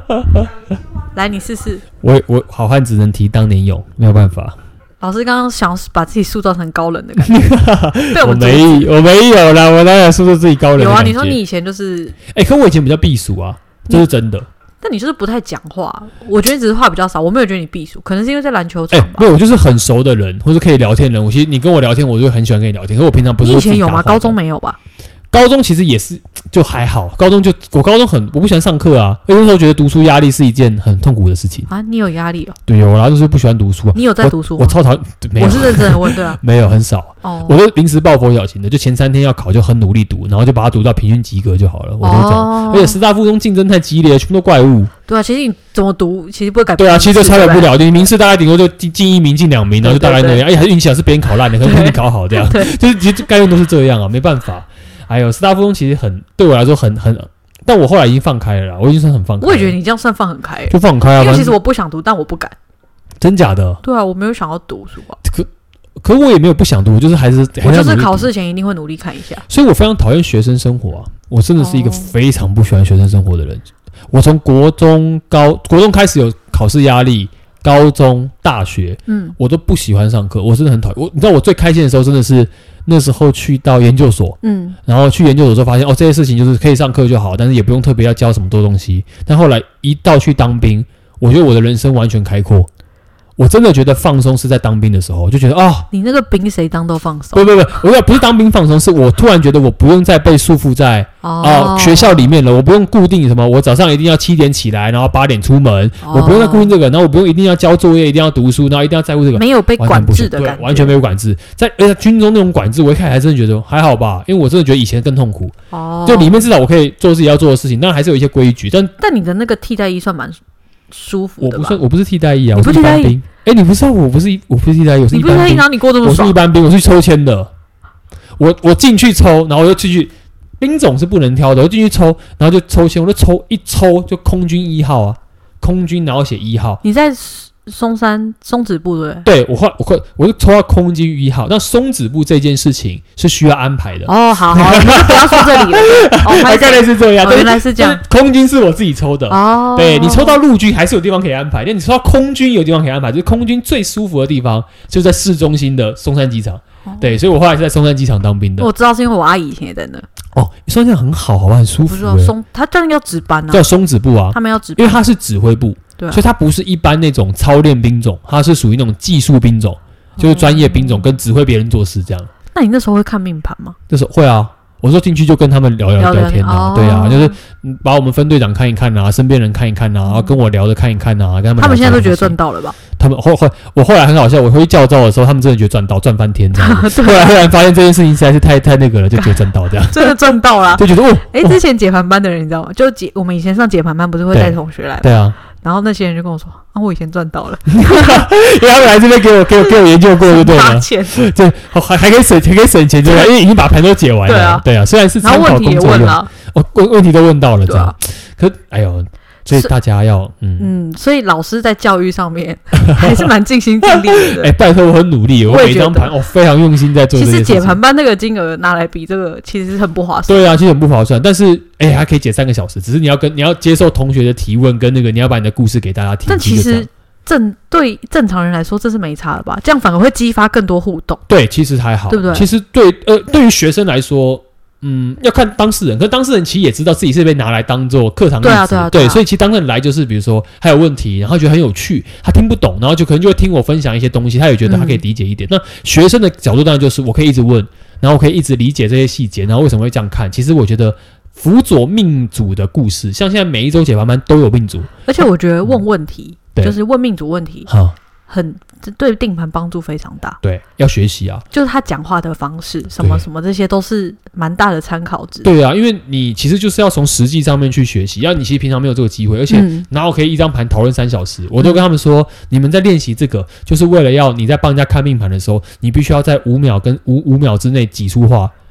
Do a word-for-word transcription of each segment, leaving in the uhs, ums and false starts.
来，你试试。 我我好汉只能提当年勇，没有办法。 老师刚刚想把自己塑造成高冷的感觉， 我, 我没我没有啦，我哪有塑造自己高冷的感觉？ 有啊，你说你以前就是， 哎、欸，可我以前比较避暑啊，这是真的。 但你就是不太讲话，我觉得你只是话比较少，我没有觉得你避暑，可能是因为在篮球场吧。 哎、欸，没有，我就是很熟的人，或是可以聊天的人。我其实你跟我聊天，我就很喜欢跟你聊天。可是我平常不是。 你以前有吗？高中没有吧？ 高中其实也是就还好，高中就我高中很我不喜欢上课啊，因为那时候觉得读书压力是一件很痛苦的事情啊。你有压力哦？ 对，有，然后就是不喜欢读书啊。 你有在读书吗？ 我, 我超讨厌，没有， 我是认真的问，对啊， 没有很少。哦，我就临时抱佛脚型的，就前三天要考就很努力读，然后就把它读到平均及格就好了。我都这样，哦、而且师大附中竞争太激烈，全部都怪物。 对啊，其实你怎么读，其实不会改变。 对啊，其实就超越不了。你名次大概顶多就进一名、进两名，然后就大概那样。哎，还是运气好，是别人考烂的，可能你考好这样。对，就是其实概念都是这样啊，没办法。还有师大附中其实很对我来说很很，但我后来已经放开了啦，我已经算很放开了。 我也觉得你这样算放很开、欸， 就放很开啊。 因为其实我不想读，但我不敢。 真假的？ 对啊，我没有想要读书啊。 可可我也没有不想读，我就是还是我就是考试前一定会努力看一下。 所以我非常讨厌学生生活啊！我真的是一个非常不喜欢学生生活的人。哦、我从国中高国中开始有考试压力。高中、大学，嗯，我都不喜欢上课，我真的很讨厌。我你知道，我最开心的时候真的是那时候去到研究所，嗯，然后去研究所之后发现，哦，这些事情就是可以上课就好，但是也不用特别要教什么多东西。但后来一到去当兵，我觉得我的人生完全开阔。我真的觉得放松是在当兵的时候，就觉得哦， 你那个兵谁当都放松。 不不不，我不是当兵放松，是我突然觉得我不用再被束缚在哦、呃、学校里面了，我不用固定什么，我早上一定要七点起来，然后八点出门，哦、我不用再固定这个，然后我不用一定要交作业，一定要读书，然后一定要在乎这个， 没有被管制的感觉， 完全没有管制。在而且军中那种管制，我一开始还真的觉得还好吧，因为我真的觉得以前更痛苦。哦，就里面至少我可以做自己要做的事情，当然还是有一些规矩，但但你的那个替代役算蛮舒服的吧？ 我不是我不是替代役啊，我是一般兵。哎、欸，你不知道我不是我不是替代役，我是一般兵。你不是替代役， 然后你过这么爽？ 我是一般兵，我是抽签的。我我进去抽，然后我就进去，兵种是不能挑的。我进去抽，然后就抽签，我就抽一抽就空军一号啊，空军然后写一号。 你在松山松子部对不对？对，我后我我就抽到空军一号。那松子部这件事情是需要安排的。 哦，好好，你就不要说这里了。哦， 大概是这样。 哦、原来是这样。 空军是我自己抽的。哦，对你抽到陆军还是有地方可以安排，但你抽到空军有地方可以安排，就是空军最舒服的地方就在市中心的松山机场。哦、对，所以我后来是在松山机场当兵的。 我知道是因为我阿姨以前也在那。 哦，松山机场很好，好吧，很舒服、欸。 不是松，他当然要值班啊。 叫松子部啊， 他们要值班， 因为他是指挥部。啊、所以它不是一般那种操练兵种，它是属于那种技术兵种，就是专业兵种，跟指挥别人做事这样。 那你那时候会看命盘吗？ 那时候会啊，我说进去就跟他们聊聊聊天啊，对啊，就是把我们分队长看一看啊，身边人看一看啊，然后跟我聊着看一看啊，跟他们聊。 他们现在都觉得赚到了吧？ 他们后后我后来很好笑，我回去教招的时候，他们真的觉得赚到，赚翻天这样子。后来忽然发现这件事情实在是太太那个了，就觉得赚到这样。 真的赚到了， 就觉得哦， 哎、欸，之前解盘班的人你知道吗？就解我们以前上解盘班不是会带同学来吗？ 对啊。 然后那些人就跟我说：“啊，我以前赚到了， 因为他们来这边给我给我给我研究过，就对了， 拿钱， 这还还可以省，还可以省钱，对吧？因为已经把盘都解完了，对啊，对啊。虽然是参考工作用，哦，问问题都问到了，这样。啊、可哎呦，所以大家要嗯嗯，所以老师在教育上面还是蛮尽心尽力的。 哎、欸，拜托，我很努力，我每张盘哦非常用心在做这件事情。 其实解盘班那个金额拿来比这个，其实是很不划算。 对啊，其实很不划算，但是。哎、欸，还可以解三个小时，只是你要跟你要接受同学的提问，跟那个你要把你的故事给大家听。 但其实正对正常人来说，这是没差的吧？这样反而会激发更多互动。 对，其实还好， 对不对？ 其实对呃，对于学生来说，嗯，要看当事人，可是当事人其实也知道自己是被拿来当做课堂例子， 对啊，对啊， 对，所以其实当事人来就是比如说还有问题，然后觉得很有趣，他听不懂，然后就可能就会听我分享一些东西，他也觉得他可以理解一点。嗯、那学生的角度当然就是我可以一直问，然后我可以一直理解这些细节，然后为什么会这样看？其实我觉得。辅佐命主的故事，像现在每一周解盘班都有命主， 而且我觉得问问题，嗯、就是问命主问题， 嗯、 很对定盘帮助非常大。 对，要学习啊， 就是他讲话的方式，什么什么这些都是蛮大的参考值。 对啊，因为你其实就是要从实际上面去学习，要你其实平常没有这个机会，而且然后可以一张盘讨论三小时，嗯、我都跟他们说，你们在练习这个，就是为了要你在帮人家看命盘的时候，你必须要在五秒跟五五秒之内挤出话。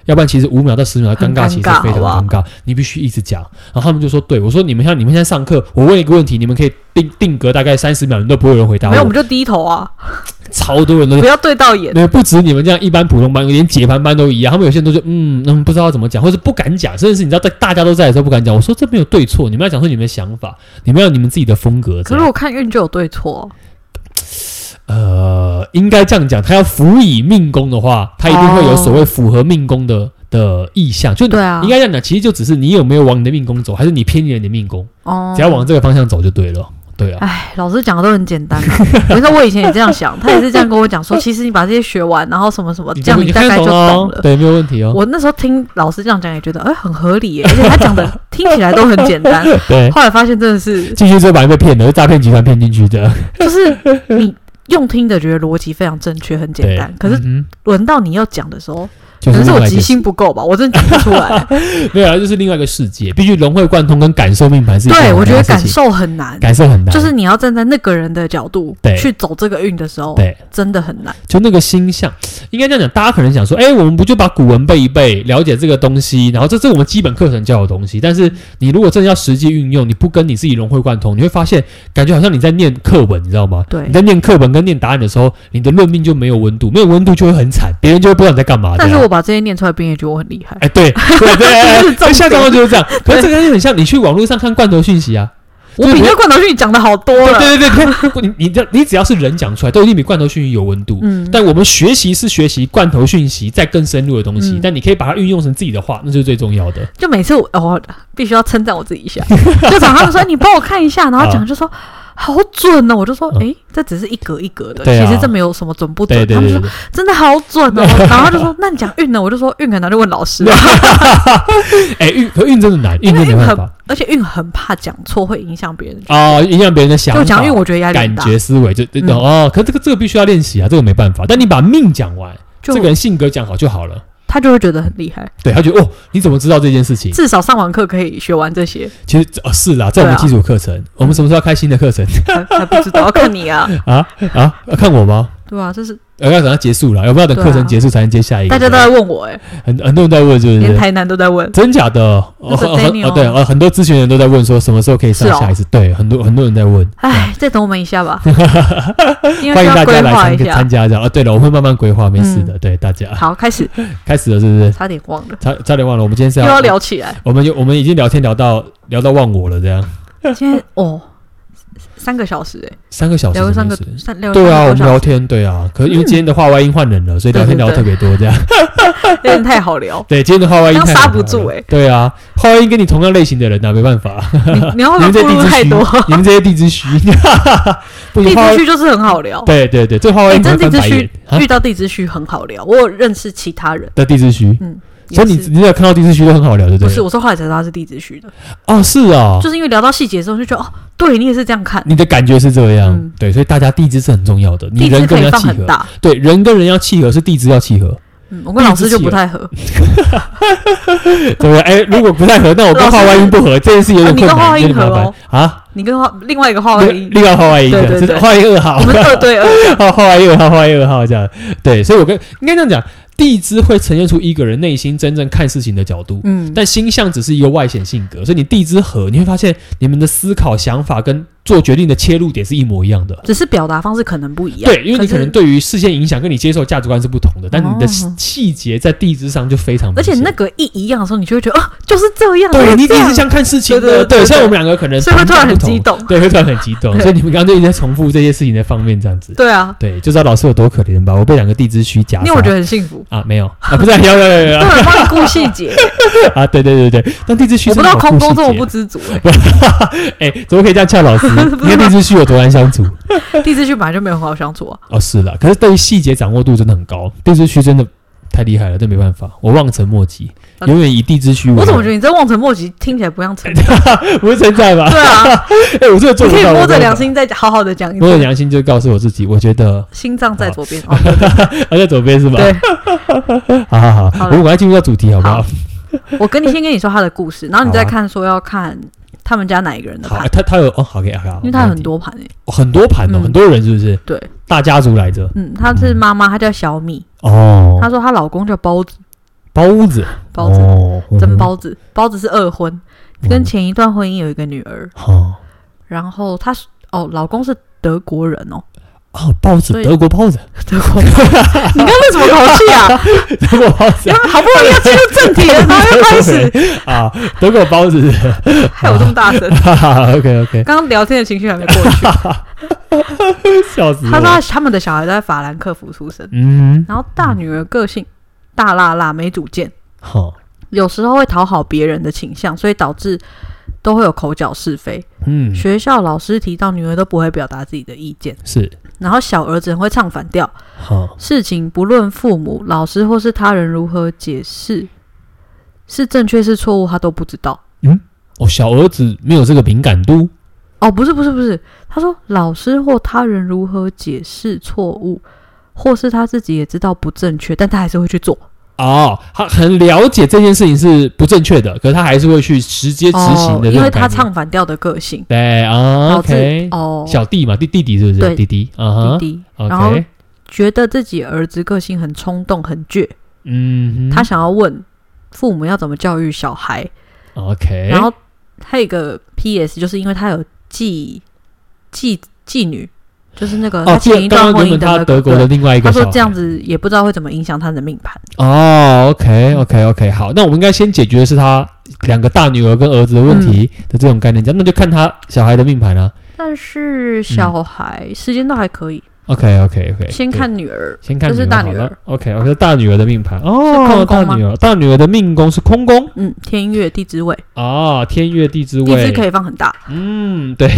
要不然其实五秒到十秒的尴尬其实非常尴尬，你必须一直讲。然后他们就说：“对我说，你们像你们现在上课，我问一个问题，你们可以定定格大概三十秒，你都不会有人回答我。” 没有，我们就低头啊。 超多人都不要对到眼， 对，不止你们这样，一般普通班连解盘班都一样。他们有些人都就嗯嗯不知道怎么讲，或者不敢讲，甚至是你知道在大家都在的时候不敢讲。我说这没有对错，你们要讲出你们的想法，你们要有你们自己的风格。 可是我看运就有对错。 呃，应该这样讲，他要辅以命宫的话，他一定会有所谓符合命宫的的意向。就对啊， 应该这样讲，其实就只是你有没有往你的命宫走，还是你偏离了你的命宫。哦，只要往这个方向走就对了。对啊， 哎，老师讲的都很简单、啊。我说我以前也这样想，他也是这样跟我讲说，其实你把这些学完，然后什么什么，这样你大概就懂了。 对，没有问题哦。 我那时候听老师这样讲，也觉得哎、欸、很合理耶，而且他讲的听起来都很简单。 对， 后来发现真的是进去之后把人被骗了，是诈骗集团骗进去的。 就是你用听的觉得逻辑非常正确，很简单，可是轮到你要讲的时候。可能是我即兴不够吧，我真的讲不出来。 没有啊，就是另外一个世界，必须融会贯通跟感受命盘是一样的。 对，我觉得感受很难， 感受很难， 就是你要站在那个人的角度去走这个运的时候，对，真的很难。 就那个星象，应该这样讲，大家可能想说，哎、欸，我们不就把古文背一背，了解这个东西，然后这是我们基本课程教的东西。但是你如果真的要实际运用，你不跟你自己融会贯通，你会发现，感觉好像你在念课文，你知道吗？对，你在念课文跟念答案的时候，你的论命就没有温度，没有温度就会很惨，别人就会不知道你在干嘛。 但是我把这些念出来，别人也觉得我很厉害。 哎、欸，对对对，所以现在状况就是这样。可是这个很像你去网络上看罐头讯息啊。 我比那罐头讯息讲的好多了。 对对对，你你你你只要是人讲出来，都一定比罐头讯息有温度。嗯，但我们学习是学习罐头讯息再更深入的东西，嗯、但你可以把它运用成自己的话，那就是最重要的。 就每次我哦，必须要称赞我自己一下。就找他们说，你帮我看一下，然后讲就说。好准哦！我就说，哎、欸，这只是一格一格的，啊、其实这没有什么准不准。对对对对，他们说真的好准哦，然后他就说，那你讲运呢？我就说运很难，就问老师。 哎、欸，运可运真的难，运真的没办法， 而且运很怕讲错，会影响别人哦，影响别人的想法。 就讲运，我觉得压力很大， 感觉思维就、嗯、哦，可这个这个必须要练习啊，这个没办法。但你把命讲完，这个人性格讲好就好了。他就会觉得很厉害， 对他觉得哦，你怎么知道这件事情？ 至少上完课可以学完这些。 其实哦是啦，在我们基础课程，啊、我们什么时候要开新的课程？ 还, 还不知道，要看你啊啊啊！要看我吗？ 对啊，这是要等它结束了，要不要等课程结束才能接下一个？ 大家都在问我哎、欸， 很很多人在问，是不是？ 连台南都在问， 真假的？哦哦对哦，很多咨询人都在问说什么时候可以上下一次？对，很多很多人在问。 哎，再等我们一下吧， 欢迎大家来参参加这样啊！对了，我会慢慢规划，没事的。对大家， 好，开始， 开始了，是不是？ 差点忘了， 差差点忘了，我们今天是要又要聊起来， 我们就我们已经聊天聊到聊到忘我了，这样。 今天哦。三个小时哎、欸， 三个小时， 聊三个三聊对啊，我们聊天对啊，可是因为今天的话外音换人了，所以聊天聊得特别多，这样有点太好聊。 对，今天的话外音太刹不住哎、欸， 对啊，话外音跟你同样类型的人啊，没办法， 你你要付出太多， 你们这些地之虚， 地之虚就是很好聊。 对对对，这话外音真地之虚遇到地之虚很好聊，我有认识其他人的地之虚，嗯。所以你你有看到地之虚都很好聊，对不对？ 不是，我说后来才知道他是地之虚的。 哦，是啊， 就是因为聊到细节的时候就觉得，哦，对你也是这样看， 你的感觉是这样，嗯、对，所以大家地支是很重要的，你人跟人要契合，对，人跟人要契合是地支要契合。 嗯，我跟老师就不太合， 对不对？哎，如果不太合，那我跟话外音不合，这件事有点困难，有点麻烦啊。 你跟话另外一个话外音， 另外话外音的，这是话外音二号， 我们二对二， 话话外音二号，话外音二号这样。对，所以我跟应该这样讲。地支会呈现出一个人内心真正看事情的角度，嗯，但星象只是一个外显性格，所以你地支合，你会发现你们的思考、想法跟做决定的切入点是一模一样的， 只是表达方式可能不一样。 对，因为你可能对于视线影响跟你接受价值观是不同的，但你的细节在地支上就非常明显。 而且那个一一样的时候，你就会觉得哦，就是这样。 对，你也是这样看事情的，对, 对, 对, 对，所以我们两个可能所以会突然很激动， 对，会突然很激动。所以你们刚刚就一直在重复这些事情的方面，这样子。 对啊， 对，就知道老师有多可怜吧？我被两个地支虚夹， 因为我觉得很幸福啊，没有啊，不是。有有有有， 对，帮你顾细节啊！对对对对，但地支虚， 我不知道空宫这么不知足哎、欸，怎么可以这样呛老师？你跟地支虚有多难相处？ 地支虚本来就没有很好相处啊。 哦，是啦，可是对于细节掌握度真的很高，地支虚真的太厉害了，这没办法，我望尘莫及，永远以地支虚为。 我怎么觉得你这望尘莫及听起来不像称赞？ 不是称赞吧？ 对啊， 哎、欸，我这个做不到。 你可以摸着良心再好好的讲一次。 摸着良心就告诉我自己，我觉得心脏在左边， 哦，啊，在左边是吧？ 对， 好好好，我们赶快进入到主题好不好？好我跟你先跟你说他的故事，然后你再看说要看他们家哪一个人的盘。 他他有哦，好，可以好， 因为他有很多盘诶、 哦，很多盘哦、嗯，很多人是不是？ 对， 大家族来着。 嗯，他是妈妈，她叫小米。 哦， 她说她老公叫包子。 包子， 包子， 哦、 真包子，包子是二婚，跟前一段婚姻有一个女儿， 哦、 然后她哦，老公是德国人哦。 哦，包子，德国包子， 德国包子，你刚刚为什么口气啊？ 德国包子， 好不容易要进入正题了，然后又开始啊，德国包子， 害我这么大声。 OK OK， 刚刚聊天的情绪还没过去， 笑死我！ 他说他们的小孩都在法兰克福出生，嗯，然后大女儿个性大辣辣没主见，好，有时候会讨好别人的倾向，所以导致都会有口角是非。嗯，学校老师提到女儿都不会表达自己的意见， 是。 然后小儿子很会唱反调，好，事情不论父母、老师或是他人如何解释，是正确是错误，他都不知道。 嗯，哦，小儿子没有这个敏感度。 哦，不是不是不是，他说老师或他人如何解释错误，或是他自己也知道不正确，但他还是会去做。 哦，他很了解这件事情是不正确的，可是他还是会去直接执行的、哦， 因为他唱反调的个性。 对啊 ，OK， 哦，小弟嘛，弟弟弟是不是？ 对， 弟弟啊， 弟弟。Okay. 然后觉得自己儿子个性很冲动、很倔，嗯，他想要问父母要怎么教育小孩。 OK， 然后他有一个 P S， 就是因为他有继继继女。就是那个他前一段婚姻的、那个哦、德国的另外一个小孩， 他说这样子也不知道会怎么影响他的命盘。 哦 ，OK OK OK， 好，那我们应该先解决的是他两个大女儿跟儿子的问题的这种概念，这、嗯、那就看他小孩的命盘啊。 但是小孩、嗯、时间都还可以。 OK OK OK， 先看女儿， 先看女儿， 这是大女儿。 OK OK， 大女儿的命盘哦，大女儿，大女儿的命宫是空宫， 嗯，天月地支位啊，天月地支位， 地支可以放很大， 嗯，对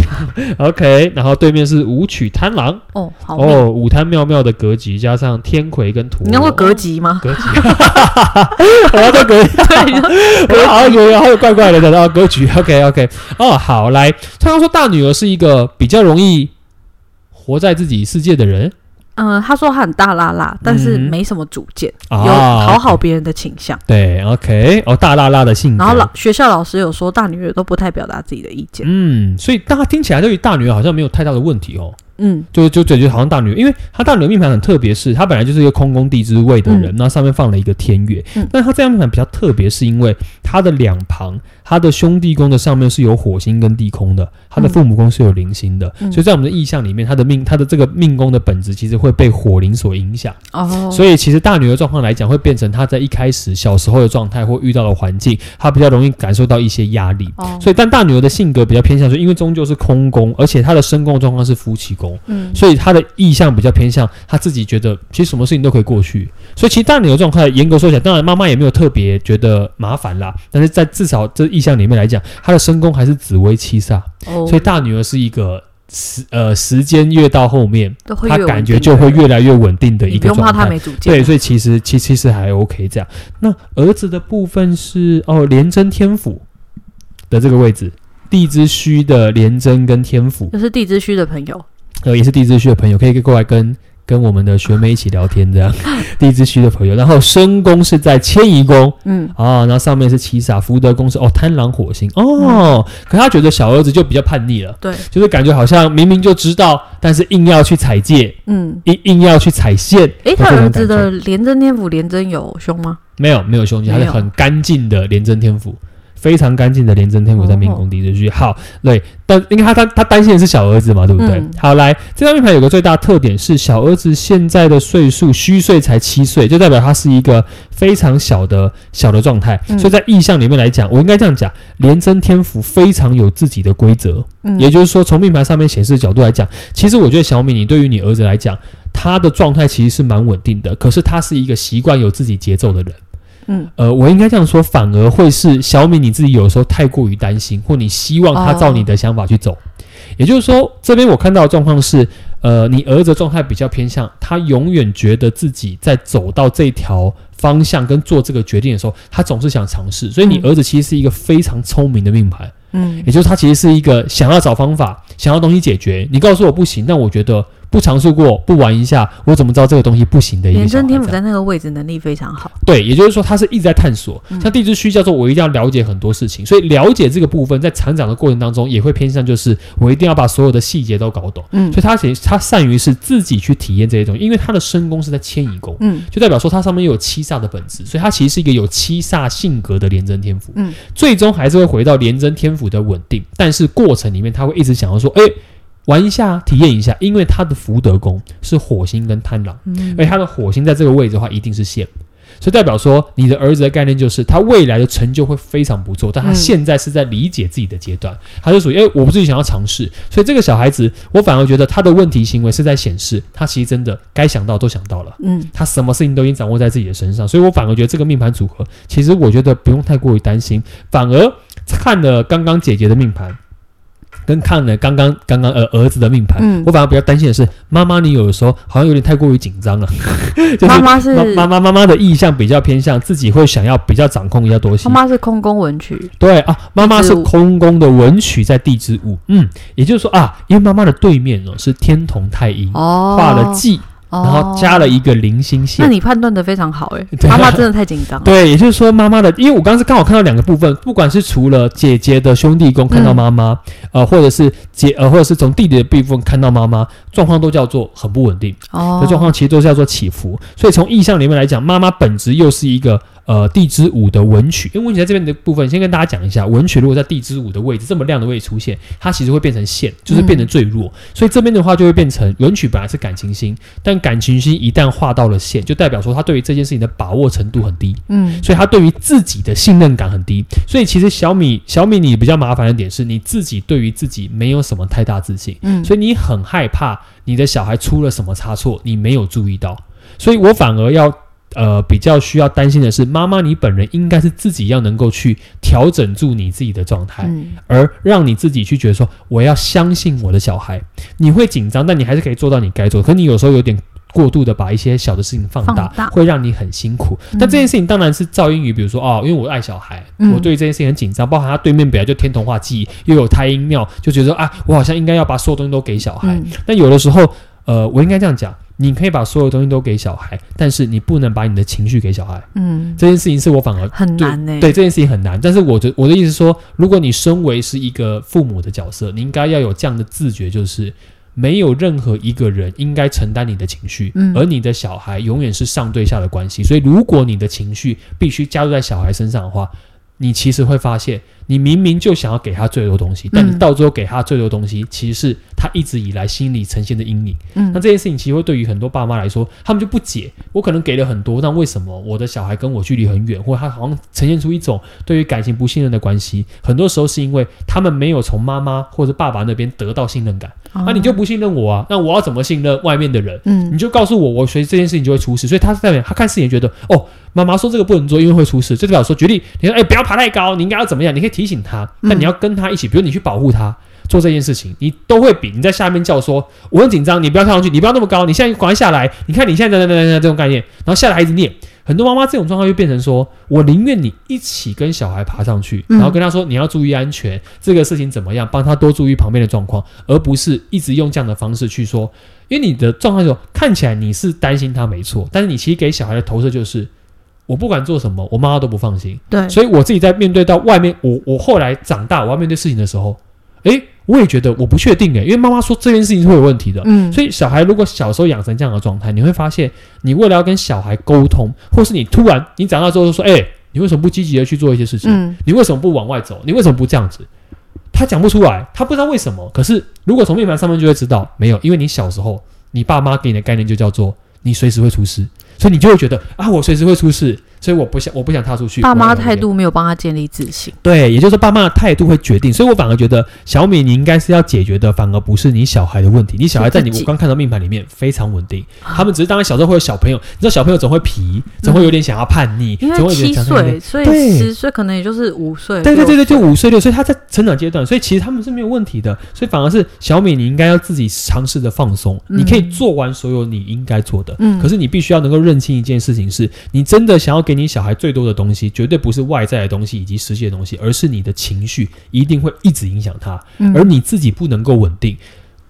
，OK， 然后对面是武曲贪狼， 哦，好哦，五贪妙妙的格局，加上天魁跟土， 你要说格局吗？ 格局，我要说格局，对，我好像有好有怪怪的的格局 ，OK OK， 哦，好，来，他说大女儿是一个比较容易活在自己世界的人， 嗯、呃，他说他很大辣辣，但是没什么主见，嗯、有讨好别人的倾向。 对 ，OK， 哦，大辣辣的性格。 然后老学校老师有说，大女儿都不太表达自己的意见。 嗯，所以大家听起来对于大女儿好像没有太大的问题哦。 嗯， 就就觉得好像大女儿，因为她大女儿命盘很特别，是她本来就是一个空宫地支位的人，那、嗯、上面放了一个天月，嗯、但她这样命盘比较特别，是因为她的两旁，她的兄弟宫的上面是有火星跟地空的，她的父母宫是有铃星的，嗯、所以在我们的意象里面，她的命，她的这个命宫的本质其实会被火铃所影响。哦，所以其实大女儿状况来讲，会变成她在一开始小时候的状态或遇到的环境，她比较容易感受到一些压力。哦，所以但大女儿的性格比较偏向，就因为终究是空宫，而且她的身宫状况是夫妻宫。嗯，所以他的意向比较偏向他自己觉得其实什么事情都可以过去，所以其实大女儿状态严格说起来，当然妈妈也没有特别觉得麻烦啦，但是在至少这意向里面来讲，他的身宫还是紫微七煞，哦，所以大女儿是一个时呃时间越到后面，他感觉就会越来越稳定的一个状态， 你不用怕他没主见。 对，所以其实其其实还 OK 这样。那儿子的部分是哦廉贞天府的这个位置，地支戌的廉贞跟天府， 就是地支戌的朋友。 呃，也是地支戌的朋友，可以过来跟跟我们的学妹一起聊天，这样地支戌的朋友。然后身宫是在迁移宫，嗯，啊，然后上面是七煞，福德宫是哦贪狼火星，哦，嗯、可他觉得小儿子就比较叛逆了， 对， 就是感觉好像明明就知道，但是硬要去踩界，嗯，硬硬要去踩线。 诶，他儿子的廉贞天府，廉贞有凶吗？ 没有，没有凶吉，他是很干净的廉贞天府。非常干净的廉贞天府在命宫地支戌，好，对，但因为他他他担心的是小儿子嘛，对不对？嗯、好，来，这张命盘有个最大特点是小儿子现在的岁数虚岁才七岁，就代表他是一个非常小的小的状态，嗯、所以在意象里面来讲，我应该这样讲，廉贞天府非常有自己的规则，嗯、也就是说，从命盘上面显示的角度来讲，其实我觉得小米，你对于你儿子来讲，他的状态其实是蛮稳定的，可是他是一个习惯有自己节奏的人。嗯，呃，我应该这样说，反而会是小米你自己有时候太过于担心，或你希望他照你的想法去走。哦、也就是说，这边我看到的状况是，呃，你儿子的状态比较偏向，他永远觉得自己在走到这条方向跟做这个决定的时候，他总是想尝试。所以你儿子其实是一个非常聪明的命盘，嗯，也就是他其实是一个想要找方法，想要东西解决。你告诉我不行，但我觉得不尝试过，不玩一下，我怎么知道这个东西不行的一个小孩？ 廉贞天府在那个位置能力非常好。 对，也就是说他是一直在探索。嗯、像地支虚叫做我一定要了解很多事情，所以了解这个部分在成长的过程当中也会偏向就是我一定要把所有的细节都搞懂。嗯，所以他他善于是自己去体验这些东西，因为他的身宫是在迁移宫，嗯，就代表说他上面又有七煞的本质，所以他其实是一个有七煞性格的廉贞天府。嗯，最终还是会回到廉贞天府的稳定，但是过程里面他会一直想要说，哎、欸。玩一下，体验一下，因为他的福德宫是火星跟贪狼，嗯、而他的火星在这个位置的话，一定是线，所以代表说你的儿子的概念就是他未来的成就会非常不错，但他现在是在理解自己的阶段，嗯、他就属于哎，我不自己想要尝试，所以这个小孩子，我反而觉得他的问题行为是在显示他其实真的该想到都想到了，嗯，他什么事情都已经掌握在自己的身上，所以我反而觉得这个命盘组合，其实我觉得不用太过于担心，反而看了刚刚姐姐的命盘。跟看了刚刚刚刚呃儿子的命盘，嗯、我反而比较担心的是，妈妈你有的时候好像有点太过于紧张了。 妈妈是妈妈妈妈的意向比较偏向自己会想要比较掌控一下东西。 妈妈是空宫文曲， 对啊，妈妈是空宫的文曲在地支午，嗯，也就是说啊，因为妈妈的对面哦是天同太阴，哦、画了忌。然后加了一个零星线， 那你判断的非常好哎，妈妈真的太紧张了。 对，也就是说妈妈的，因为我刚刚是刚好看到两个部分，不管是除了姐姐的兄弟宫看到妈妈，嗯、呃，或者是姐呃，或者是从弟弟的部分看到妈妈，状况都叫做很不稳定。哦，这状况其实都是叫做起伏。所以从意象里面来讲，妈妈本质又是一个。呃，地支午的文曲，因为文曲在这边的部分，先跟大家讲一下，文曲如果在地支午的位置这么亮的位置出现，它其实会变成线，就是变得最弱。嗯、所以这边的话就会变成文曲本来是感情星，但感情星一旦画到了线，就代表说他对于这件事情的把握程度很低，嗯，所以他对于自己的信任感很低。所以其实小米小米你比较麻烦的点是，你自己对于自己没有什么太大自信，嗯，所以你很害怕你的小孩出了什么差错，你没有注意到，所以我反而要。呃，比较需要担心的是，妈妈你本人应该是自己要能够去调整住你自己的状态，嗯、而让你自己去觉得说，我要相信我的小孩。你会紧张，但你还是可以做到你该做的。可你有时候有点过度的把一些小的事情放大，放大会让你很辛苦。嗯、但这件事情当然是噪音于，比如说哦，因为我爱小孩，嗯、我对这件事情很紧张，包含他对面本来就天同化忌，又有太阴庙，就觉得啊，我好像应该要把所有东西都给小孩。嗯、但有的时候，呃，我应该这样讲。你可以把所有东西都给小孩，但是你不能把你的情绪给小孩。嗯，这件事情是我反而很难欸。 对，这件事情很难。但是我的我的意思是说，如果你身为是一个父母的角色，你应该要有这样的自觉，就是没有任何一个人应该承担你的情绪，嗯、而你的小孩永远是上对下的关系。所以，如果你的情绪必须加入在小孩身上的话，你其实会发现，你明明就想要给他最多东西，但你到最后给他最多东西，嗯、其实是他一直以来心里呈现的阴影。嗯，那这件事情其实会对于很多爸妈来说，他们就不解，我可能给了很多，但为什么我的小孩跟我距离很远，或者他好像呈现出一种对于感情不信任的关系？很多时候是因为他们没有从妈妈或者爸爸那边得到信任感。那、哦啊、你就不信任我啊？那我要怎么信任外面的人？嗯，你就告诉我，我随这件事情就会出事。所以他代表他看事情觉得，哦，妈妈说这个不能做，因为会出事。就代表说，举例，你说，哎、欸，不要爬太高，你应该要怎么样？你可以提醒他，但你要跟他一起，比如你去保护他。做这件事情，你都会比你在下面叫说我很紧张，你不要跳上去，你不要那么高，你现在赶快下来，你看你现在等等等等这种概念，然后下来一直念。很多妈妈这种状况就变成说，我宁愿你一起跟小孩爬上去，然后跟他说你要注意安全，嗯、这个事情怎么样，帮他多注意旁边的状况，而不是一直用这样的方式去说，因为你的状况就看起来你是担心他没错，但是你其实给小孩的投射就是。我不管做什么，我妈妈都不放心。对，所以我自己在面对到外面，我我后来长大，我要面对事情的时候，诶，我也觉得我不确定诶，因为妈妈说这件事情是会有问题的。嗯，所以小孩如果小时候养成这样的状态，你会发现，你为了要跟小孩沟通，或是你突然你长大之后就说，诶，你为什么不积极的去做一些事情？嗯，你为什么不往外走？你为什么不这样子？他讲不出来，他不知道为什么。可是如果从命盘上面就会知道，没有，因为你小时候你爸妈给你的概念就叫做你随时会出事。所以你就会觉得啊，我随时会出事，所以我不想，我不想踏出去。 爸妈态度没有帮他建立自信， 对，也就是说爸妈的态度会决定。所以我反而觉得小米你应该是要解决的，反而不是你小孩的问题。你小孩在你我刚看到命盘里面非常稳定，他们只是当然小时候会有小朋友，你知道小朋友总会皮，总会有点想要叛逆， 因为七岁，所以十岁可能也就是五岁， 对对对对，就五岁六岁，他在成长阶段，所以其实他们是没有问题的。所以反而是小米你应该要自己尝试的放松，嗯、你可以做完所有你应该做的，嗯、可是你必须要能够认清一件事情。是你真的想要给你小孩最多的东西，绝对不是外在的东西以及实际的东西，而是你的情绪一定会一直影响他，嗯、而你自己不能够稳定。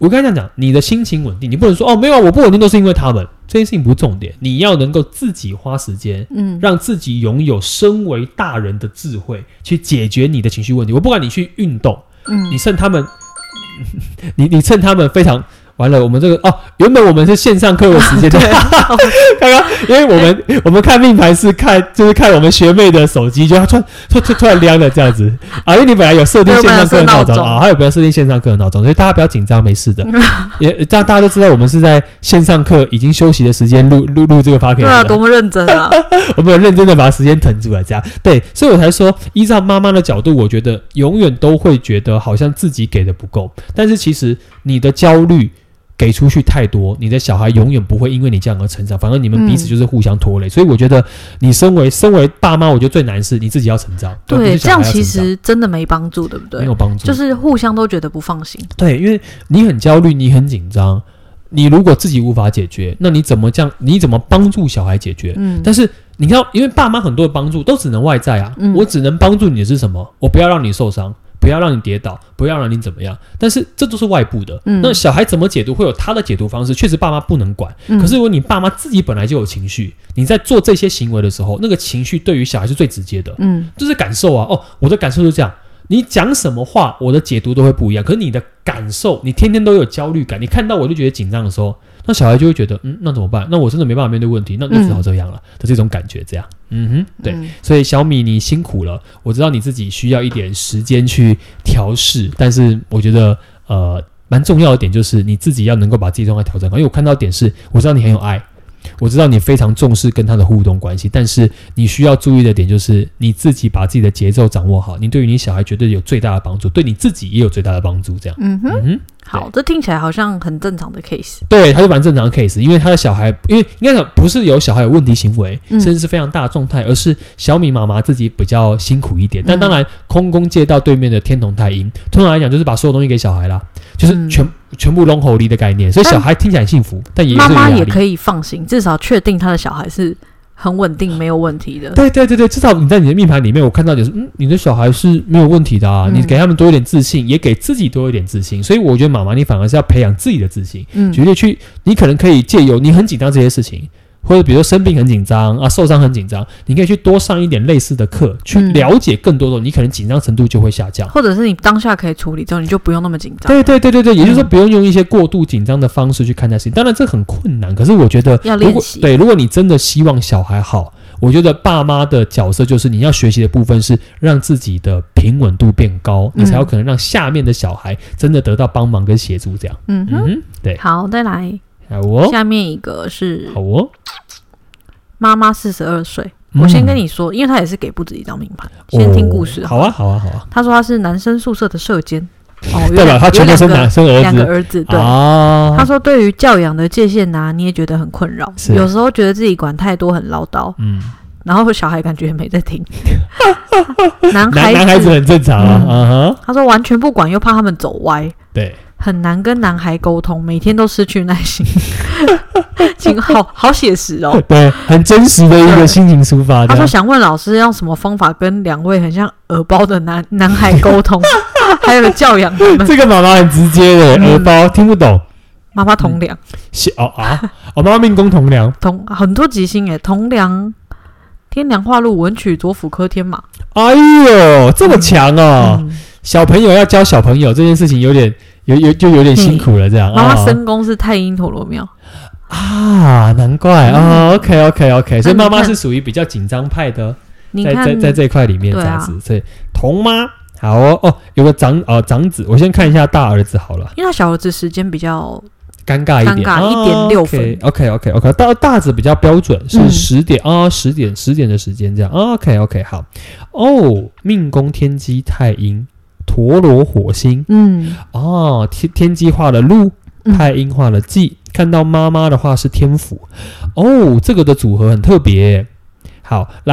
我刚才讲讲，你的心情稳定，你不能说哦没有，我不稳定都是因为他们，这件事情不是重点，你要能够自己花时间，嗯，让自己拥有身为大人的智慧，去解决你的情绪问题。我不管你去运动，嗯，你趁他们，你你趁他们非常。完了，我们这个哦，原本我们是线上课的时间，对，刚刚因为我们我们看命盘是看就是看我们学妹的手机，就她突然突突突然亮了这样子啊，因为你本来有设定线上课的闹钟啊，还有不要设定线上课的闹钟，所以大家不要紧张，没事的，也这样大家都知道我们是在线上课已经休息的时间录录录这个 podcast， 对啊，多么认真啊， 我们有认真的把时间腾出来，这样对，所以我才说，依照妈妈的角度，我觉得永远都会觉得好像自己给的不够，但是其实你的焦虑。给出去太多，你的小孩永远不会因为你这样而成长，反而你们彼此就是互相拖累。嗯、所以我觉得，你身为身为爸妈，我觉得最难是你自己要成长。 对，这样其实真的没帮助，对不对？ 没有帮助， 就是互相都觉得不放心。 对，因为你很焦虑，你很紧张，你如果自己无法解决，那你怎么这样？你怎么帮助小孩解决？嗯，但是你看，因为爸妈很多的帮助都只能外在啊，嗯、我只能帮助你的是什么？我不要让你受伤。不要让你跌倒，不要让你怎么样，但是这都是外部的。嗯、那小孩怎么解读，会有他的解读方式，确实爸妈不能管。嗯、可是如果你爸妈自己本来就有情绪，你在做这些行为的时候，那个情绪对于小孩是最直接的。嗯，就是感受啊。哦，我的感受是这样。你讲什么话，我的解读都会不一样。可是你的感受，你天天都有焦虑感，你看到我就觉得紧张的时候，那小孩就会觉得，嗯，那怎么办？那我真的没办法面对问题，那那只好这样了的这种感觉，这样。嗯哼，对，嗯、所以小米你辛苦了，我知道你自己需要一点时间去调试，但是我觉得呃蛮重要的点就是你自己要能够把自己状态调整好，因为我看到的点是，我知道你很有爱。我知道你非常重视跟他的互动关系，但是你需要注意的点就是你自己把自己的节奏掌握好，你对于你小孩绝对有最大的帮助，对你自己也有最大的帮助。这样，嗯哼，嗯哼好，这听起来好像很正常的 case。 对，他是蛮正常的 case， 因为他的小孩，因为应该讲不是有小孩有问题行为，嗯、甚至是非常大的状态，而是小米妈妈自己比较辛苦一点。但当然，空宫借到对面的天同太阴，通常来讲就是把所有东西给小孩啦，就是全。嗯全部龙吼力的概念，所以小孩听起来很幸福，但也妈妈也可以放心，至少确定他的小孩是很稳定、没有问题的。 对对对对，至少你在你的命盘里面，我看到就是，嗯，你的小孩是没有问题的啊。嗯、你给他们多一点自信，也给自己多一点自信。所以我觉得妈妈，你反而是要培养自己的自信。嗯，举例去，你可能可以借由你很紧张这些事情。或者比如说生病很紧张啊，受伤很紧张，你可以去多上一点类似的课，去了解更多的，你可能紧张程度就会下降， 或者是你当下可以处理之后，你就不用那么紧张。 对对对对对，也就是说不用用一些过度紧张的方式去看待事情。当然这很困难，可是我觉得要练习。 对，如果你真的希望小孩好，我觉得爸妈的角色就是你要学习的部分是让自己的平稳度变高，嗯、你才有可能让下面的小孩真的得到帮忙跟协助。这样，嗯哼，嗯哼对。 好，再来。 好哦， 下面一个是好哦。 妈妈四十二岁，我先跟你说，因为他也是给不止一张命盘，先听故事。 好啊，好啊，好啊。 他说他是男生宿舍的舍监， 哦，代表他全部生男生儿子， 两个儿子。对，哦、他说对于教养的界限拿捏觉得很困扰，有时候觉得自己管太多，很唠叨。嗯，然后小孩感觉也没在听。男孩子男孩子很正常啊。嗯嗯、 他说完全不管，又怕他们走歪。 对。 很难跟男孩沟通，每天都失去耐心，情好好写实哦。 对，很真实的一个心情抒发。 他说想问老师用什么方法跟两位很像耳包的男男孩沟通，还有教养他们。 这个妈妈很直接的，嗯、耳包听不懂。 妈妈同梁、 嗯，哦啊，哦，妈妈命宫同梁， 同很多吉星诶，同梁天梁化禄文曲左辅科天马。 哎呦，这么强哦！嗯、小朋友要教小朋友这件事情有点。有有就有点辛苦了，这样。 妈妈身宫是太阴陀罗庙啊，难怪啊、嗯哦。OK OK OK， 所以妈妈是属于比较紧张派的，在在在这一块里面这样子。啊、所以童妈好哦哦，有个长哦长子，我先看一下大儿子好了， 因为他小儿子时间比较尴尬一点， 尴尬一点六分。 OK OK OK， 大大子比较标准是十点啊，十点十点的时间这样。OK OK 好哦，命宫天机太阴。陀罗火星，嗯，哦，天天机画了禄，太阴画了忌，嗯、看到妈妈的话是天府，哦，这个的组合很特别。好，来，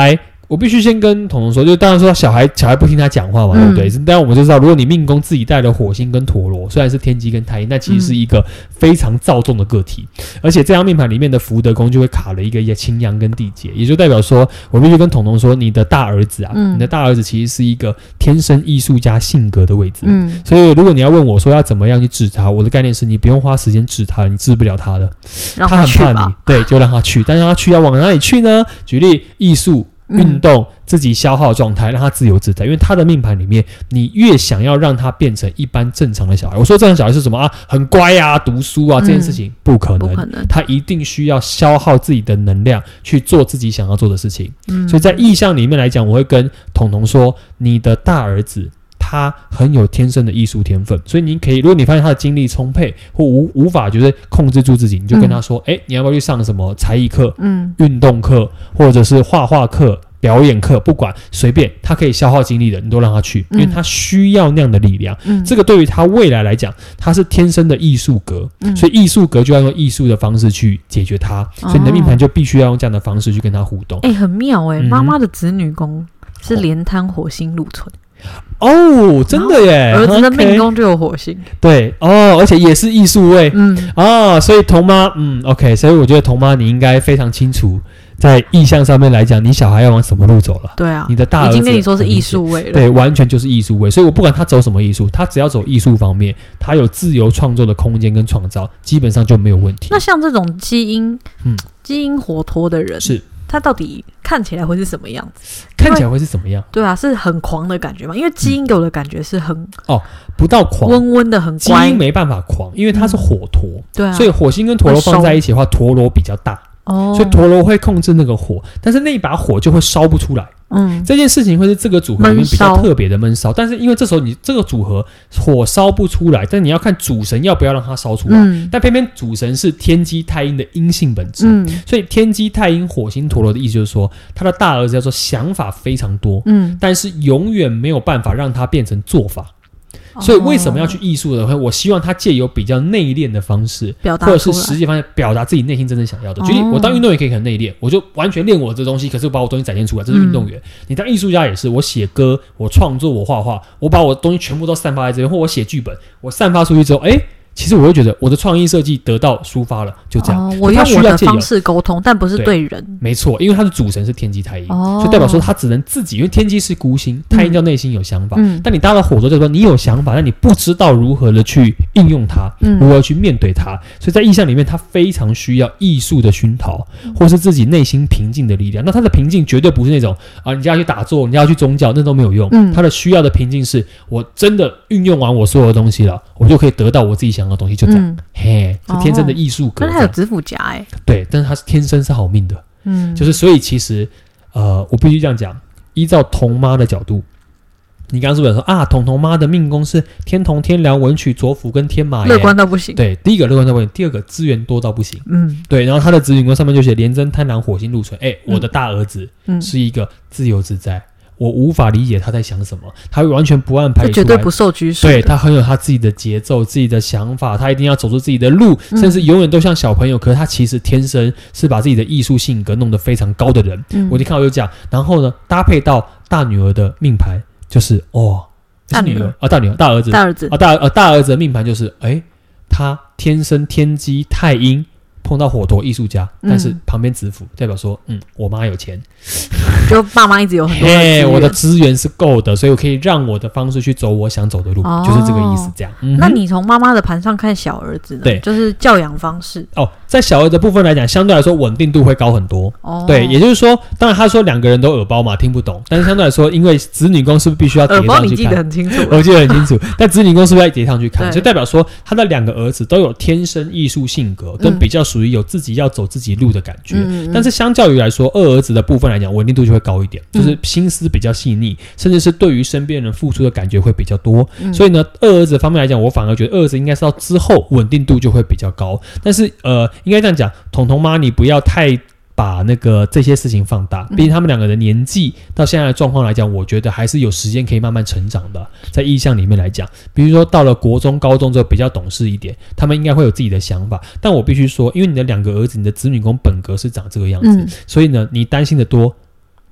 我必须先跟彤彤说，就当然说小孩小孩不听他讲话嘛，嗯、对不对？当然我们就知道，如果你命宫自己带了火星跟陀罗，虽然是天机跟太阴，那其实是一个非常躁动的个体，嗯、而且这张命盘里面的福德宫就会卡了一个擎羊跟地劫，也就代表说，我必须跟彤彤说，你的大儿子啊，嗯、你的大儿子其实是一个天生艺术家性格的位置，嗯，所以如果你要问我说要怎么样去治他，我的概念是你不用花时间治他，你治不了他的， 他很怕你，对，就让他去，但是他去要往哪里去呢？举例艺术。运动、嗯、自己消耗状态，让他自由自在。因为他的命盘里面，你越想要让他变成一般正常的小孩，我说正常小孩是什么啊？很乖啊，读书啊，这件事情、嗯、不可能，不可能。他一定需要消耗自己的能量去做自己想要做的事情。嗯、所以在意象里面来讲，我会跟彤彤说，你的大儿子。他很有天生的艺术天分，所以你可以，如果你发现他的精力充沛或无无法就是控制住自己，你就跟他说，哎、嗯欸，你要不要去上什么才艺课、嗯，运动课，或者是画画课、表演课，不管随便，他可以消耗精力的，你都让他去，因为他需要那样的力量。嗯，这个对于他未来来讲，他是天生的艺术格，嗯、所以艺术格就要用艺术的方式去解决他，哦、所以你的命盘就必须要用这样的方式去跟他互动。 哎、欸，很妙哎、欸，妈妈、嗯、的子女宫是连贪火星禄存。 哦，真的耶！ 儿子的命宫就有火星， okay 对哦，而且也是艺术位，嗯啊，所以童妈，嗯 ，OK， 所以我觉得童妈你应该非常清楚，在意象上面来讲，你小孩要往什么路走了。 对啊， 你的大儿子已经跟你说是艺术位了， 对，完全就是艺术位。所以我不管他走什么艺术，他只要走艺术方面，他有自由创作的空间跟创造，基本上就没有问题。 那像这种基因，嗯，基因活脱的人是。 他到底看起来会是什么样子？ 看起来会是什么样？ 对啊，是很狂的感觉嘛？因为基因给我的感觉是很、嗯、 哦，不到狂， 温温的，很乖。 基因没办法狂，因为它是火陀、嗯，对啊，所以火星跟陀螺放在一起的话，陀螺比较大，哦，所以陀螺会控制那个火，但是那一把火就会烧不出来。嗯，这件事情会是这个组合里面比较特别的闷烧，但是因为这时候你这个组合火烧不出来，但你要看主神要不要让它烧出来。嗯，但偏偏主神是天机太阴的阴性本质，嗯，所以天机太阴火星陀螺的意思就是说，他的大儿子叫做想法非常多，嗯，但是永远没有办法让它变成做法。所以为什么要去艺术的话，我希望他借由比较内敛的方式，或者是实际方式表达自己内心真正想要的。举例，我当运动员可以很内敛，我就完全练我这东西，可是我把我东西展现出来，这是运动员。嗯、你当艺术家也是，我写歌，我创作，我画画，我把我的东西全部都散发在这边，或我写剧本，我散发出去之后，哎。其实我会觉得我的创意设计得到抒发了，就这样。哦、 我用我的方式沟通，但不是对人。 对没错，因为他的主神是天机太阴，哦、所以代表说他只能自己，因为天机是孤星，太阴叫内心有想法。嗯、但你搭了火之后，就说你有想法，但你不知道如何的去应用它，嗯、如何去面对它。所以在意象里面，他非常需要艺术的熏陶，或是自己内心平静的力量。那他的平静绝对不是那种啊，你就要去打坐，你要去宗教，那都没有用。嗯、他的需要的平静是，我真的运用完我所有的东西了，我就可以得到我自己想要的东西，就这样。嗯嘿，是天生的艺术格， 可是他有子府甲哎， 对，但是他是天生是好命的，嗯，就是所以其实，呃，我必须这样讲，依照童妈的角度，你刚刚是不是说啊，童童妈的命宫是天同、天梁、文曲、左辅跟天马， 乐观到不行， 对，第一个乐观到不行，第二个资源多到不行，嗯，对，然后他的子女宫上面就写廉贞、贪狼、火星禄存，哎，我的大儿子是一个自由自在。我无法理解他在想什么，他完全不按牌理出来， 绝对不受拘束。 对，他很有他自己的节奏、自己的想法，他一定要走出自己的路，嗯、甚至永远都像小朋友。可是他其实天生是把自己的艺术性格弄得非常高的人。嗯、我一看我就讲，然后呢，搭配到大女儿的命盘，就是哦， 大女儿啊，大女儿，大儿子， 大儿子啊，大呃大儿子的命盘就是，哎，他天生天机太阴。碰到火陀艺术家，但是旁边子府代表说，嗯，我妈有钱， 就爸妈一直有很多的资源， 我的资源是够的，所以我可以让我的方式去走我想走的路，哦、就是这个意思。这样，嗯、 那你从妈妈的盘上看小儿子呢？对，就是教养方式哦，在小儿子的部分来讲，相对来说稳定度会高很多。哦，对，也就是说，当然他说两个人都耳包嘛，听不懂，但是相对来说，因为子女宫是不是必须要叠上去看？ 耳包你记得很清楚， 我记得很清楚，但子女宫是不是要叠上去看？就代表说，他的两个儿子都有天生艺术性格，跟比较属于有自己要走自己路的感觉，嗯、但是相较于来说，二儿子的部分来讲，稳定度就会高一点，嗯、就是心思比较细腻，甚至是对于身边人付出的感觉会比较多。嗯、所以呢，二儿子方面来讲，我反而觉得二儿子应该是到之后稳定度就会比较高。但是呃，应该这样讲，彤彤妈，你不要太把那个这些事情放大，毕竟他们两个的年纪到现在的状况来讲，我觉得还是有时间可以慢慢成长的。在意象里面来讲，比如说到了国中、高中之后比较懂事一点，他们应该会有自己的想法。但我必须说，因为你的两个儿子，你的子女宫本格是长这个样子，嗯、所以呢，你担心的多，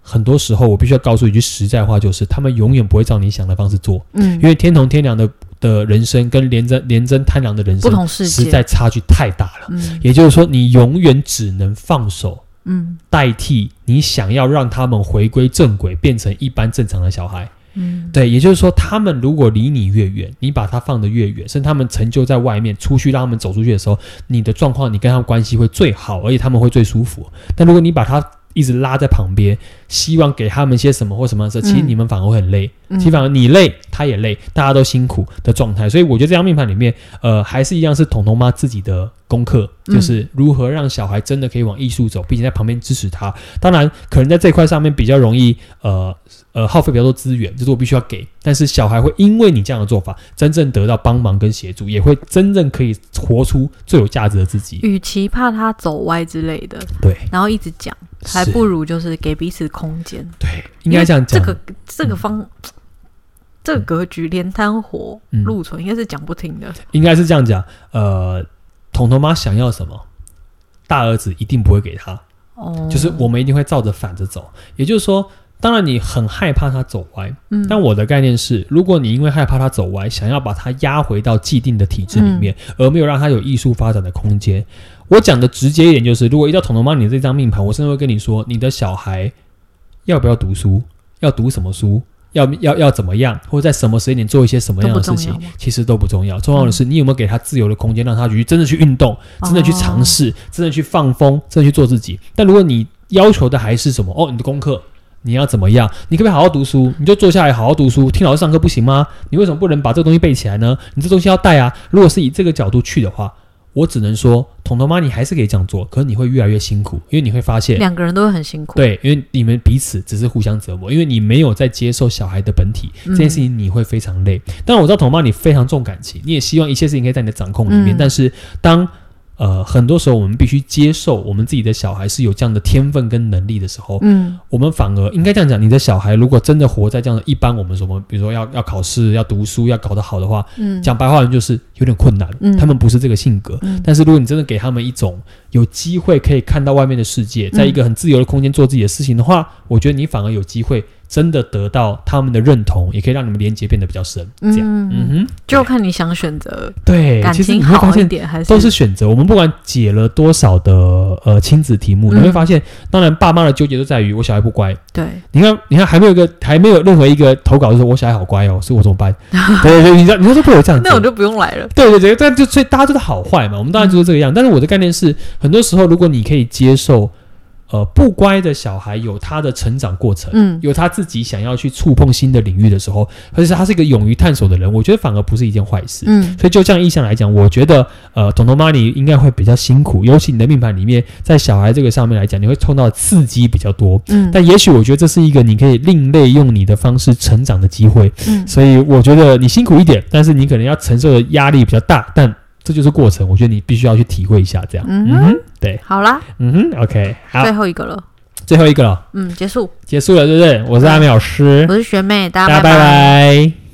很多时候我必须要告诉一句实在话，就是他们永远不会照你想的方式做，嗯，因为天同天良的的人生跟廉贞廉贞贪良的人生不同世界，实在差距太大了，嗯，也就是说你永远只能放手，嗯，代替你想要让他们回归正轨，变成一般正常的小孩。嗯，对，也就是说，他们如果离你越远，你把他放得越远，甚至他们成就在外面，出去让他们走出去的时候，你的状况，你跟他们关系会最好，而且他们会最舒服。但如果你把他一直拉在旁边，希望给他们些什么或什么的时候，其实你们反而会很累，嗯，其实反而你累，他也累，大家都辛苦的状态。所以我觉得这张命盘里面，呃，还是一样是彤彤妈自己的功课，就是如何让小孩真的可以往艺术走，并且在旁边支持他。当然，可能在这块上面比较容易，呃呃，耗费比较多资源，就是我必须要给。但是小孩会因为你这样的做法，真正得到帮忙跟协助，也会真正可以活出最有价值的自己。 与其怕他走歪之类的， 对， 然后一直讲，还不如就是给彼此空间。 对，应该这样讲。 这个这个方、嗯、这个格局，连贪活禄存，应该是讲不听的。 应该是这样讲。呃，彤彤妈想要什么，大儿子一定不会给他。哦，就是我们一定会照着反着走。也就是说。当然你很害怕他走歪，嗯，但我的概念是，如果你因为害怕他走歪，想要把他压回到既定的体制里面，嗯，而没有让他有艺术发展的空间，我讲的直接一点就是，如果依照彤彤妈你这张命盘，我甚至会跟你说，你的小孩要不要读书，要读什么书，要要要怎么样，或者在什么时间点做一些什么样的事情，其实都不重要。重要的是你有没有给他自由的空间，让他去真的去运动，真的去尝试，真的去放风，真的去做自己。但如果你要求的还是什么，哦，你的功课你要怎么样？你可不可以好好读书？你就坐下来好好读书，听老师上课不行吗？你为什么不能把这个东西背起来呢？你这东西要带啊！如果是以这个角度去的话，我只能说，彤彤妈你还是可以这样做，可是你会越来越辛苦，因为你会发现两个人都会很辛苦。 对，因为你们彼此只是互相折磨，因为你没有在接受小孩的本体，这件事情你会非常累。嗯，当然我知道彤彤妈你非常重感情，你也希望一切事情可以在你的掌控里面，嗯，但是当呃，很多时候我们必须接受我们自己的小孩是有这样的天分跟能力的时候，嗯，我们反而应该这样讲，你的小孩如果真的活在这样的一般我们什么，比如说要要考试、要读书、要搞得好的话，嗯，讲白话文就是有点困难，嗯，他们不是这个性格，嗯，但是如果你真的给他们一种有机会可以看到外面的世界，在一个很自由的空间做自己的事情的话，嗯，我觉得你反而有机会真的得到他们的认同，也可以让你们连结变得比较深。这样，嗯嗯哼， 就看你想选择对感情好一点还是都是选择。我们不管解了多少的呃亲子题目，嗯，你会发现，当然爸妈的纠结都在于我小孩不乖。 对， 你看，你看还没有一个还没有任何一个投稿就说我小孩好乖哦，所以我怎么办？对对对，你知道你说会有这样子， 那我就不用来了。 对对对，但就所以大家都是好坏嘛，我们当然就是这个样，嗯。但是我的概念是，很多时候如果你可以接受。呃，不乖的小孩有他的成长过程，嗯，有他自己想要去触碰新的领域的时候，而且他是一个勇于探索的人，我觉得反而不是一件坏事，嗯，所以就这样意向来讲，我觉得呃，彤彤妈你应该会比较辛苦，尤其你的命盘里面，在小孩这个上面来讲，你会碰到刺激比较多，嗯，但也许我觉得这是一个你可以另类用你的方式成长的机会，嗯，所以我觉得你辛苦一点，但是你可能要承受的压力比较大，但这就是过程，我觉得你必须要去体会一下，这样。嗯 哼, 嗯哼，对， 好啦， 嗯哼 ，OK， 好， 最后一个了， 最后一个了， 嗯，结束， 结束了，对不对？我是阿美老师， 我是学妹，大家拜拜。拜拜。